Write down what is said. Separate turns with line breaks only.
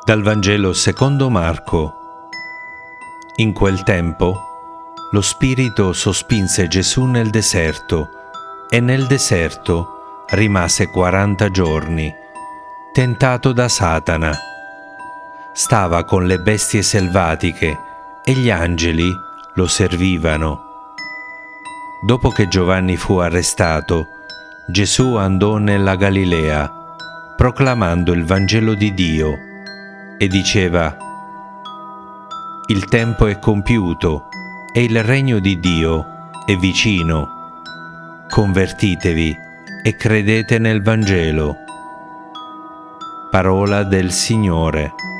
Dal Vangelo secondo Marco. In quel tempo lo Spirito sospinse Gesù nel deserto e nel deserto rimase 40 giorni, tentato da Satana. Stava con le bestie selvatiche e gli angeli lo servivano. Dopo che Giovanni fu arrestato, Gesù andò nella Galilea, proclamando il Vangelo di Dio, e diceva: «Il tempo è compiuto e il regno di Dio è vicino. Convertitevi e credete nel Vangelo». Parola del Signore.